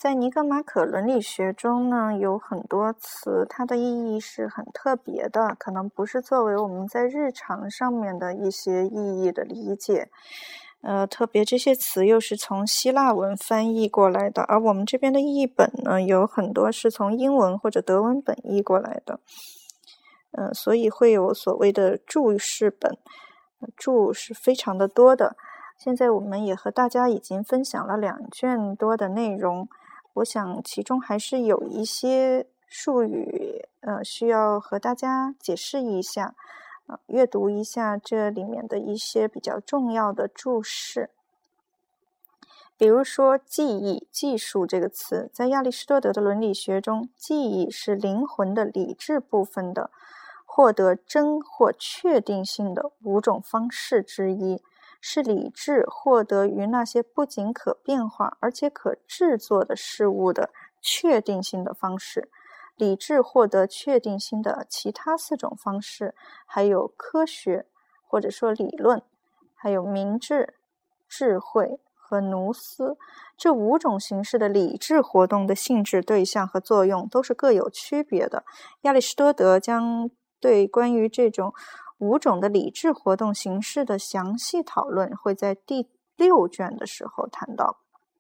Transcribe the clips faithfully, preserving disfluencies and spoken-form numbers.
在尼格马可伦理学中呢，有很多词，它的意义是很特别的，可能不是作为我们在日常上面的一些意义的理解。呃，特别这些词又是从希腊文翻译过来的，而我们这边的译本呢，有很多是从英文或者德文本译过来的。呃，所以会有所谓的注释本，注是非常的多的。现在我们也和大家已经分享了两卷多的内容，我想其中还是有一些术语，呃，需要和大家解释一下，呃，阅读一下这里面的一些比较重要的注释。比如说记忆、技术这个词，在亚里士多德的伦理学中，记忆是灵魂的理智部分的获得真或确定性的五种方式之一，是理智获得于那些不仅可变化而且可制作的事物的确定性的方式。理智获得确定性的其他四种方式还有科学或者说理论，还有明智、智慧和奴斯。这五种形式的理智活动的性质、对象和作用都是各有区别的。亚里士多德将对关于这种五种的理智活动形式的详细讨论会在第六卷的时候谈到。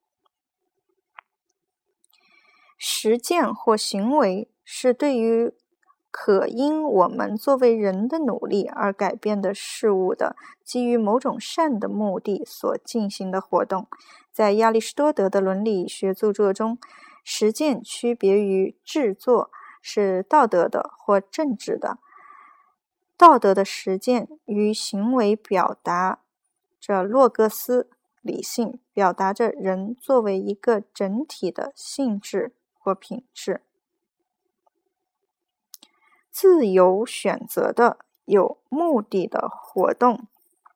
实践或行为是对于可因我们作为人的努力而改变的事物的基于某种善的目的所进行的活动。在亚里士多德的伦理学著作中，实践区别于制作，是道德的或正直的。道德的实践与行为表达着洛戈斯理性，表达着人作为一个整体的性质或品质。自由选择的有目的的活动，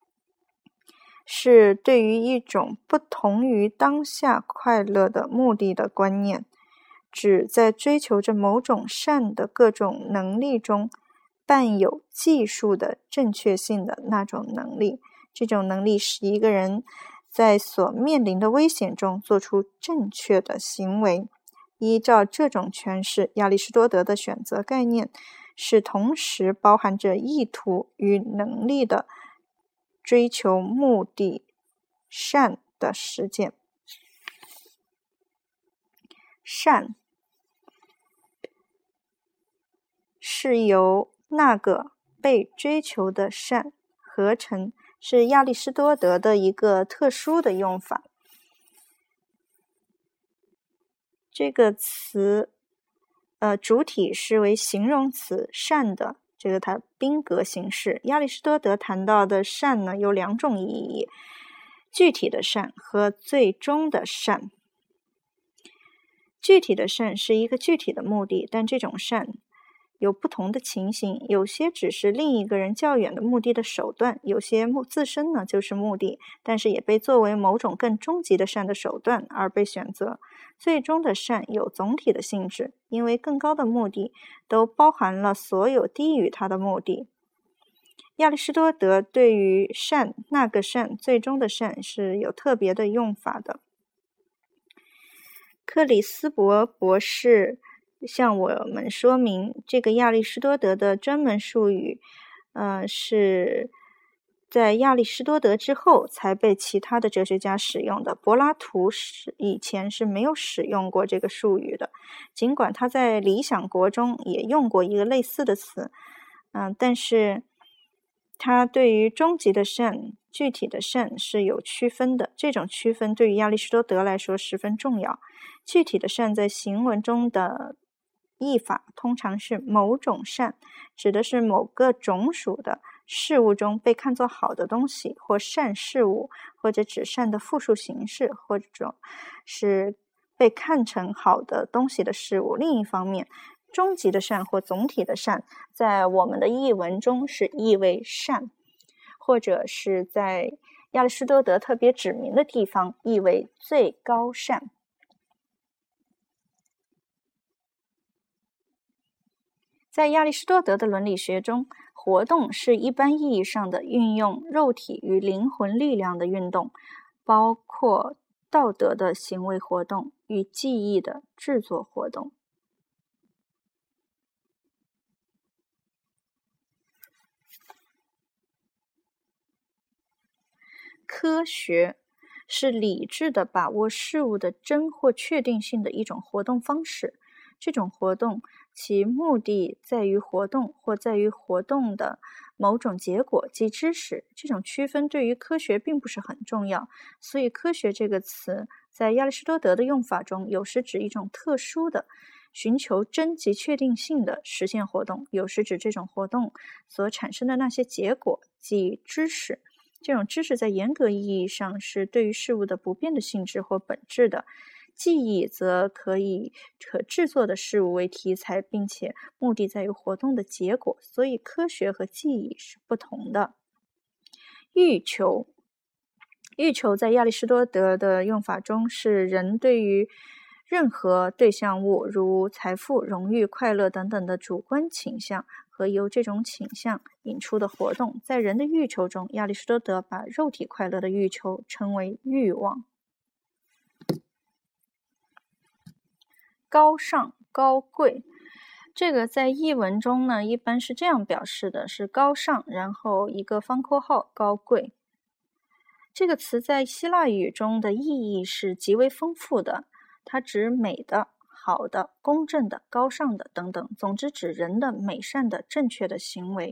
是对于一种不同于当下快乐的目的的观念，指在追求着某种善的各种能力中伴有技术的正确性的那种能力。这种能力使一个人在所面临的危险中做出正确的行为。依照这种诠释，亚里士多德的选择概念是同时包含着意图与能力的追求目的善的实践。善是由那个被追求的善合成，是亚里士多德的一个特殊的用法。这个词呃，主体是为形容词善的，这个它宾格形式。亚里士多德谈到的善呢，有两种意义，具体的善和最终的善。具体的善是一个具体的目的，但这种善有不同的情形，有些只是另一个人较远的目的的手段，有些自身呢就是目的，但是也被作为某种更终极的善的手段而被选择。最终的善有总体的性质，因为更高的目的都包含了所有低于它的目的。亚里士多德对于善、那个善、最终的善是有特别的用法的。克里斯伯博士向我们说明，这个亚里士多德的专门术语，呃，是在亚里士多德之后才被其他的哲学家使用的。柏拉图是以前是没有使用过这个术语的，尽管他在《理想国》中也用过一个类似的词，嗯、呃，但是他对于终极的善、具体的善是有区分的。这种区分对于亚里士多德来说十分重要。具体的善在行文中的译法通常是某种善，指的是某个种属的事物中被看作好的东西，或善事物，或者指善的复数形式，或者是被看成好的东西的事物。另一方面，终极的善或总体的善在我们的译文中是译为善，或者是在亚里士多德特别指明的地方译为最高善。在亚里士多德的伦理学中，活动是一般意义上的运用肉体与灵魂力量的运动，包括道德的行为活动与记忆的制作活动。科学是理智地把握事物的真或确定性的一种活动方式。这种活动其目的在于活动或在于活动的某种结果即知识。这种区分对于科学并不是很重要，所以科学这个词在亚里士多德的用法中，有时指一种特殊的寻求真及确定性的实现活动，有时指这种活动所产生的那些结果即知识。这种知识在严格意义上是对于事物的不变的性质或本质的。记忆则可以可制作的事物为题材，并且目的在于活动的结果，所以科学和记忆是不同的。欲求，欲求在亚里士多德的用法中是人对于任何对象物，如财富、荣誉、快乐等等的主观倾向和由这种倾向引出的活动。在人的欲求中，亚里士多德把肉体快乐的欲求称为欲望。高尚、高贵，这个在译文中呢，一般是这样表示的，是高尚，然后一个方括号，高贵。这个词在希腊语中的意义是极为丰富的，它指美的、好的、公正的、高尚的等等，总之指人的美善的、正确的行为，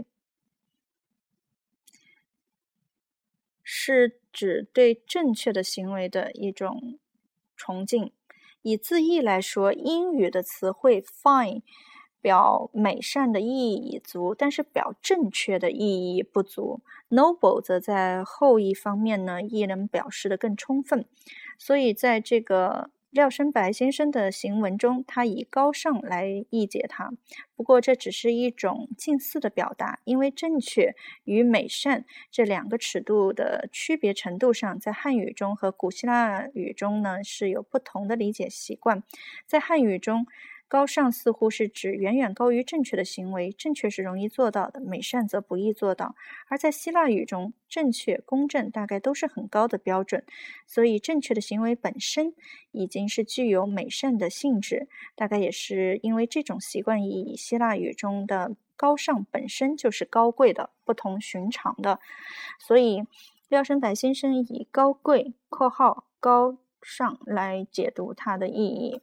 是指对正确的行为的一种崇敬。以字义来说，英语的词汇 fine 表美善的意义已足，但是表正确的意义不足。noble 则在后一方面呢，亦能表示得更充分。所以在这个廖生白先生的行文中，他以高尚来译解它。不过这只是一种近似的表达，因为正确与美善这两个尺度的区别程度上，在汉语中和古希腊语中呢是有不同的理解习惯。在汉语中，高尚似乎是指远远高于正确的行为，正确是容易做到的，美善则不易做到。而在希腊语中，正确、公正大概都是很高的标准，所以正确的行为本身已经是具有美善的性质。大概也是因为这种习惯意义，希腊语中的高尚本身就是高贵的、不同寻常的，所以廖生白先生以高贵（括号高尚）来解读它的意义。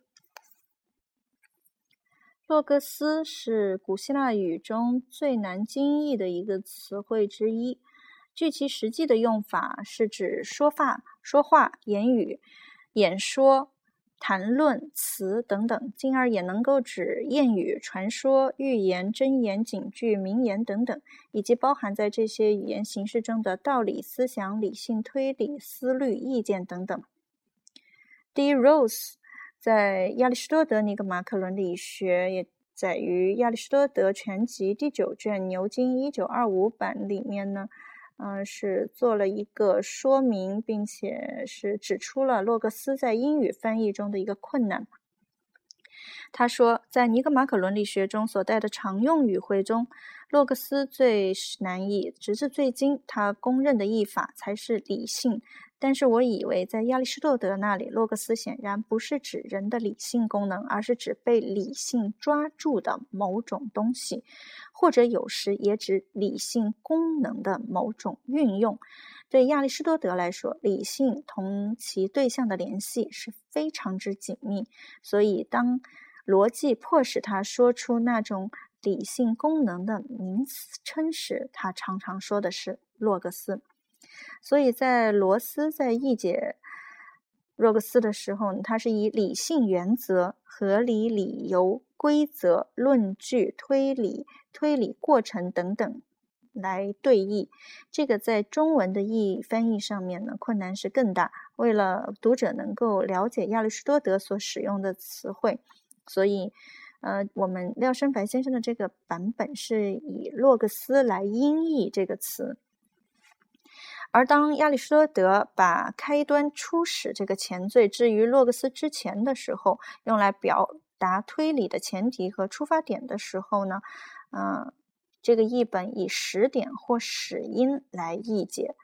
洛格斯是古希腊语中最难经译的一个词汇之一，据其实际的用法是指说法、说话、言语、演说、谈论、词等等，进而也能够指谚语、传说、寓言、箴言、警句、名言等等，以及包含在这些语言形式中的道理、思想、理性推理、思虑、意见等等。D. Rose在亚里士多德尼格马可伦理学也载于亚里士多德全集第九卷牛津一九二五版里面呢，呃，是做了一个说明，并且是指出了洛格斯在英语翻译中的一个困难。他说，在尼格马可伦理学中所带的常用语汇中，洛格斯最难译，直至最今他公认的译法才是理性。但是我以为在亚里士多德那里，洛格斯显然不是指人的理性功能，而是指被理性抓住的某种东西，或者有时也指理性功能的某种运用。对亚里士多德来说，理性同其对象的联系是非常之紧密，所以当逻辑迫使他说出那种理性功能的名称时，他常常说的是洛格斯。所以在罗斯在译解洛格斯的时候，他是以理性原则、合理理由、规则、论据、推理、推理过程等等来对译。这个在中文的译翻译上面呢，困难是更大。为了读者能够了解亚里士多德所使用的词汇，所以呃，我们廖生白先生的这个版本是以洛格斯来音译这个词。而当亚里士多德把开端初始这个前缀置于洛格斯之前的时候，用来表达推理的前提和出发点的时候呢，呃，这个译本以始点或始因来译解。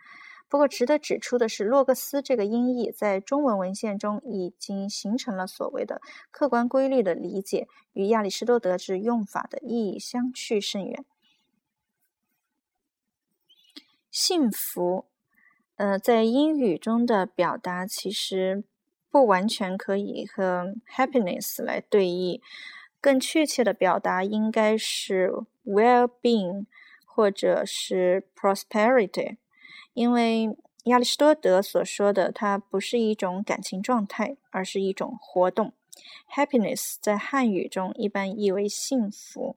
不过值得指出的是，洛格斯这个音译在中文文献中已经形成了所谓的客观规律的理解，与亚里士多德之用法的意义相去甚远。幸福，呃，在英语中的表达其实不完全可以和 happiness 来对译，更确切的表达应该是 well-being 或者是 prosperity， 因为亚里士多德所说的它不是一种感情状态，而是一种活动。happiness 在汉语中一般译为幸福。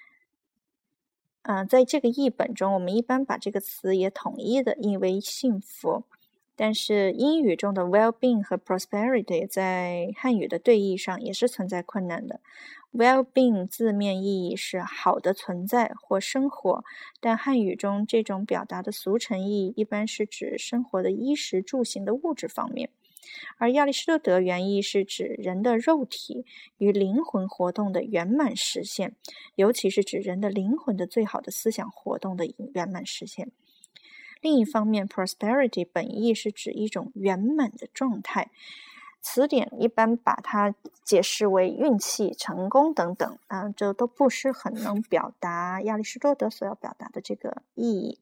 呃，在这个译本中，我们一般把这个词也统一的译为幸福。但是英语中的 well-being 和 prosperity 在汉语的对译上也是存在困难的。well-being 字面意义是好的存在或生活，但汉语中这种表达的俗成意义一般是指生活的衣食住行的物质方面，而亚里士多德原意是指人的肉体与灵魂活动的圆满实现，尤其是指人的灵魂的最好的思想活动的圆满实现。另一方面 prosperity 本意是指一种圆满的状态，词典一般把它解释为运气、成功等等，啊，这都不是很能表达亚里士多德所要表达的这个意义。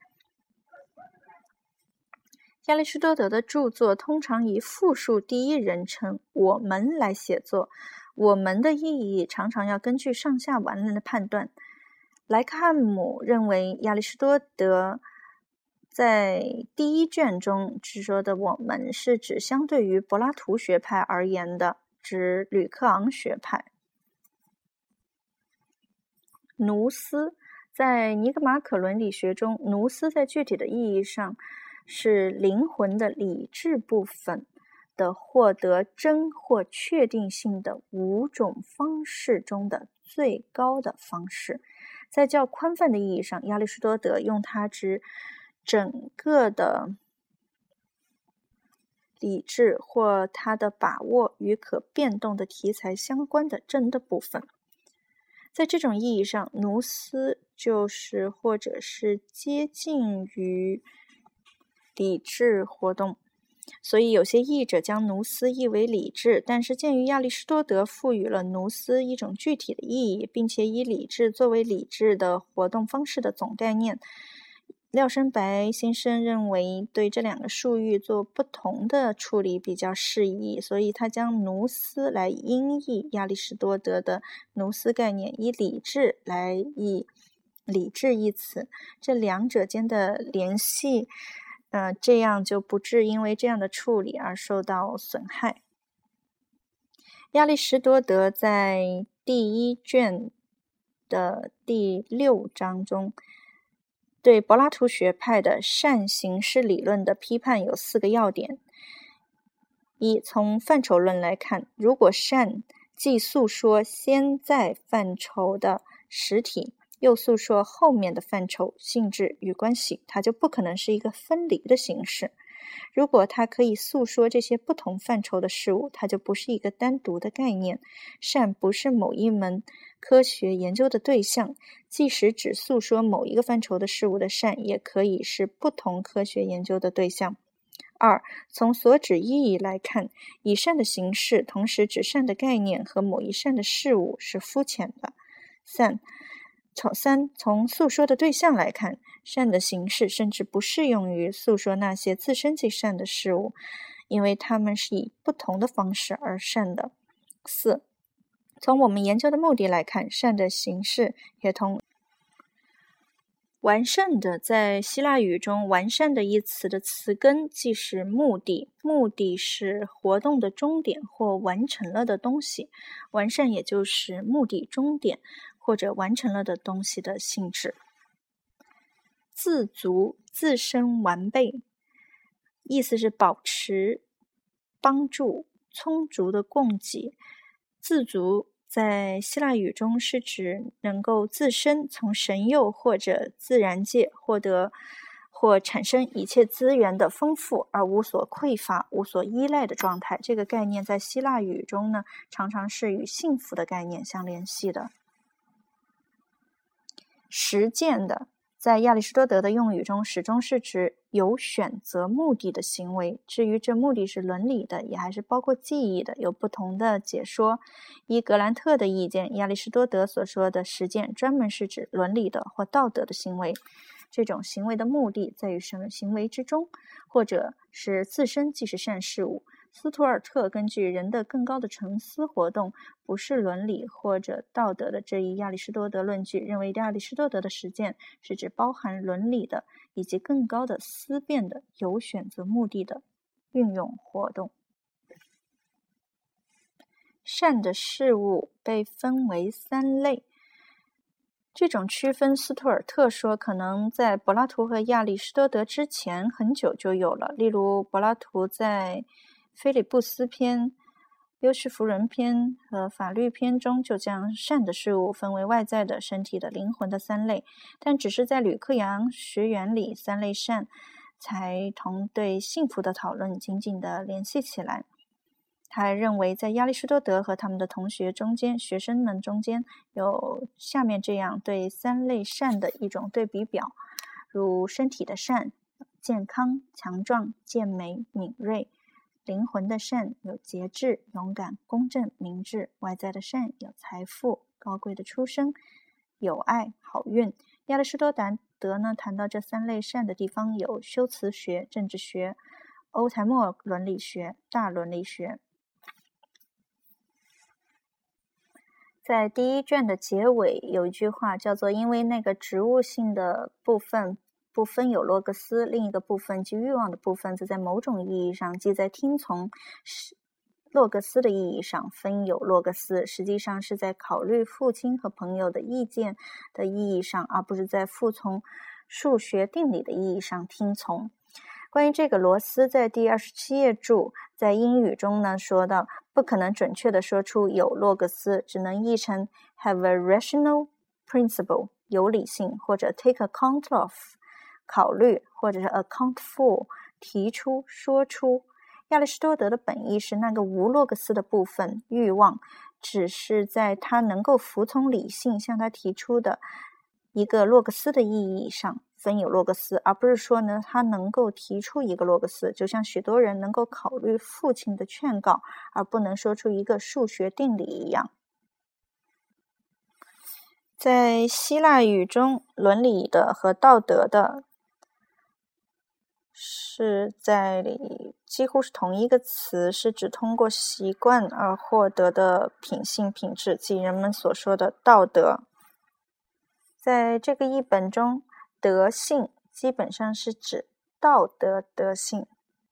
亚里士多德的著作通常以复数第一人称我们来写作，我们的意义常常要根据上下文来判断。莱克汉姆认为亚里士多德在第一卷中只说的我们是指相对于柏拉图学派而言的，指吕克昂学派。奴斯，在尼格马可伦理学中，奴斯在具体的意义上是灵魂的理智部分的获得真或确定性的五种方式中的最高的方式。在较宽泛的意义上，亚里士多德用它指整个的理智或它的把握与可变动的题材相关的真的部分。在这种意义上，奴斯就是或者是接近于理智活动，所以有些译者将奴斯译为理智，但是鉴于亚里士多德赋予了奴斯一种具体的意义，并且以理智作为理智的活动方式的总概念，廖生白先生认为对这两个术语做不同的处理比较适宜，所以他将奴斯来音译亚里士多德的奴斯概念，以理智来译理智一词，这两者间的联系呃，这样就不致因为这样的处理而受到损害。亚里士多德在第一卷的第六章中，对柏拉图学派的善形式理论的批判有四个要点。一，从范畴论来看，如果善既诉说先在范畴的实体，又诉说后面的范畴性质与关系，它就不可能是一个分离的形式。如果它可以诉说这些不同范畴的事物，它就不是一个单独的概念。善不是某一门科学研究的对象，即使只诉说某一个范畴的事物的善，也可以是不同科学研究的对象。二，从所指意义来看，以善的形式同时指善的概念和某一善的事物是肤浅的。三，从三从诉说的对象来看，善的形式甚至不适用于诉说那些自身即善的事物，因为它们是以不同的方式而善的。四，从我们研究的目的来看，善的形式也同完善的，在希腊语中完善的一词的词根即是目的，目的是活动的终点或完成了的东西，完善也就是目的终点或者完成了的东西的性质。自足，自身完备，意思是保持、帮助、充足的供给。自足在希腊语中是指能够自身从神佑或者自然界获得或产生一切资源的丰富而无所匮乏、无所依赖的状态。这个概念在希腊语中呢，常常是与幸福的概念相联系的。实践的， 在亚里士多德的用语中，始终是指有选择目的的行为。至于这目的是伦理的，也还是包括记忆的，有不同的解说。依格兰特的意见，亚里士多德所说的实践专门是指伦理的或道德的行为。这种行为的目的在于什么行为之中，或者是自身即是善事物。斯图尔特根据人的更高的沉思活动不是伦理或者道德的这一亚里士多德论据，认为亚里士多德的实践是指包含伦理的以及更高的思辨的有选择目的的运用活动。善的事物被分为三类，这种区分，斯图尔特说，可能在柏拉图和亚里士多德之前很久就有了。例如，柏拉图在菲利布斯篇、优士弗人篇和法律篇中就将善的事物分为外在的、身体的、灵魂的三类，但只是在吕克扬学园里，三类善才同对幸福的讨论紧紧地联系起来。他还认为，在亚里士多德和他们的同学中间，学生们中间有下面这样对三类善的一种对比表，如身体的善，健康、强壮、健美、敏锐；灵魂的善有节制、勇敢、公正、明智；外在的善有财富、高贵的出身、友爱、好运。亚里士多德呢谈到这三类善的地方有修辞学、政治学、欧台默伦理学、大伦理学。在第一卷的结尾有一句话叫做，因为那个植物性的部分不分有洛格斯，另一个部分即欲望的部分则在某种意义上即在听从洛格斯的意义上分有洛格斯，实际上是在考虑父亲和朋友的意见的意义上，而不是在服从数学定理的意义上听从。关于这个，罗斯在第二十七页注，在英语中呢说到，不可能准确地说出有洛格斯，只能译成 have a rational principle 有理性，或者 take account of 考虑，或者是 account for 提出说出。亚里士多德的本意是那个无洛格斯的部分欲望，只是在他能够服从理性向他提出的一个洛格斯的意义上分有洛格斯，而不是说呢他能够提出一个洛格斯，就像许多人能够考虑父亲的劝告而不能说出一个数学定理一样。在希腊语中，伦理的和道德的是在几乎是同一个词，是指通过习惯而获得的品性品质，即人们所说的道德。在这个译本中，德性基本上是指道德德性。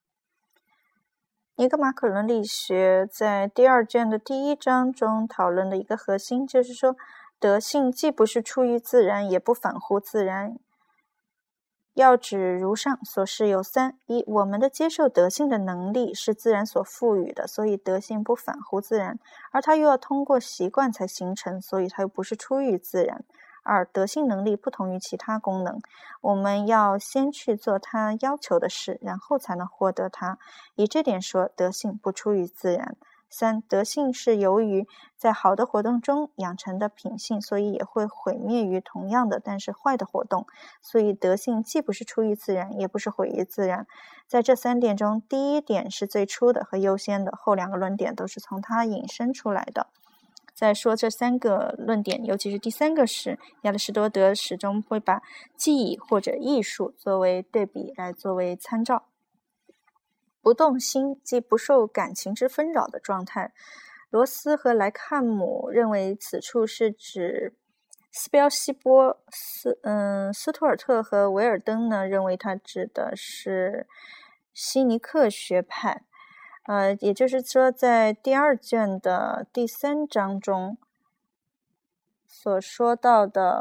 尼格马可伦理学在第二卷的第一章中讨论的一个核心，就是说德性既不是出于自然，也不反乎自然。要指如上所示有三：一，我们的接受德性的能力是自然所赋予的，所以德性不反乎自然，而它又要通过习惯才形成，所以它又不是出于自然。二，德性能力不同于其他功能，我们要先去做它要求的事，然后才能获得它。以这点说，德性不出于自然。三，德性是由于在好的活动中养成的品性，所以也会毁灭于同样的但是坏的活动，所以德性既不是出于自然，也不是毁于自然。在这三点中，第一点是最初的和优先的，后两个论点都是从它引申出来的。在说这三个论点，尤其是第三个时，亚里士多德始终会把技艺或者艺术作为对比来作为参照。不动心即不受感情之纷扰的状态，罗斯和莱克汉姆认为此处是指斯标西波，斯嗯斯图尔特和维尔登呢认为它指的是希尼克学派。呃，也就是说，在第二卷的第三章中所说到的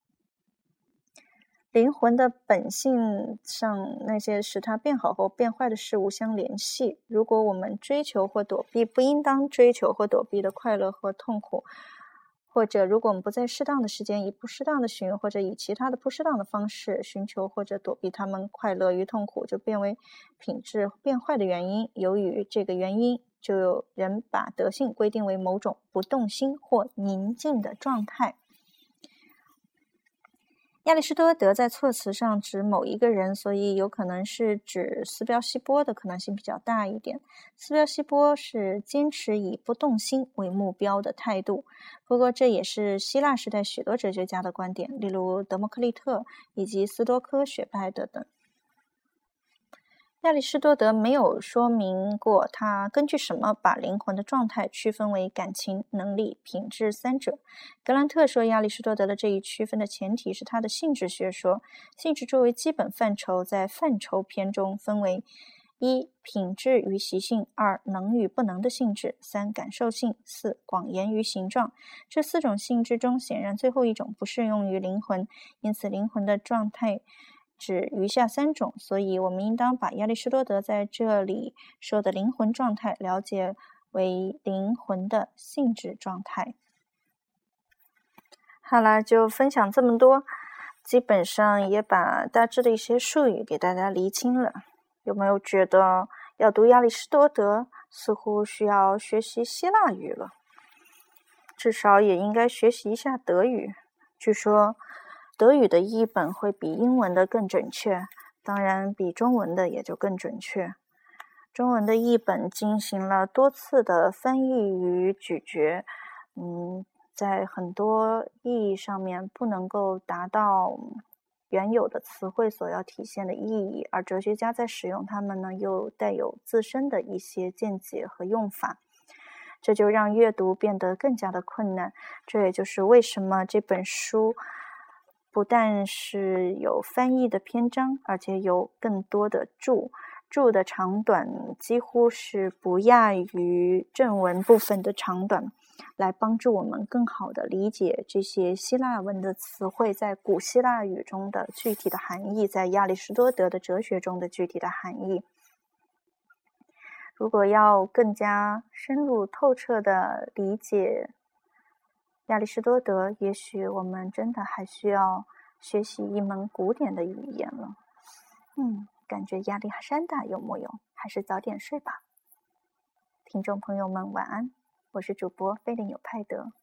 灵魂的本性上那些使它变好或变坏的事物相联系。如果我们追求或躲避不应当追求或躲避的快乐或痛苦，或者如果我们不在适当的时间以不适当的寻或者以其他的不适当的方式寻求或者躲避他们快乐与痛苦，就变为品质变坏的原因。由于这个原因，就有人把德性规定为某种不动心或宁静的状态。 亚里士多德在措辞上指某一个人，所以有可能是指斯标西波的可能性比较大一点。斯标西波是坚持以不动心为目标的态度，不过这也是希腊时代许多哲学家的观点，例如德谟克利特以及斯多科学派的等。亚里士多德没有说明过他根据什么把灵魂的状态区分为感情、能力、品质三者。格兰特说，亚里士多德的这一区分的前提是他的性质学说。性质作为基本范畴，在范畴篇中分为一品质与习性，二能与不能的性质，三感受性，四广言与形状。这四种性质中，显然最后一种不适用于灵魂，因此灵魂的状态指余下三种，所以我们应当把亚里士多德在这里说的灵魂状态了解为灵魂的性质状态。好了，就分享这么多，基本上也把大致的一些术语给大家厘清了。有没有觉得要读亚里士多德似乎需要学习希腊语了？至少也应该学习一下德语。据说德语的译本会比英文的更准确，当然比中文的也就更准确。中文的译本进行了多次的翻译与咀嚼，嗯，在很多意义上面不能够达到原有的词汇所要体现的意义，而哲学家在使用它们呢，又带有自身的一些见解和用法，这就让阅读变得更加的困难。这也就是为什么这本书不但是有翻译的篇章，而且有更多的注，注的长短几乎是不亚于正文部分的长短，来帮助我们更好地理解这些希腊文的词汇在古希腊语中的具体的含义，在亚里士多德的哲学中的具体的含义。如果要更加深入透彻地理解亚里士多德，也许我们真的还需要学习一门古典的语言了。嗯，感觉压力山大，有木有？还是早点睡吧。听众朋友们，晚安，我是主播菲利纽派德。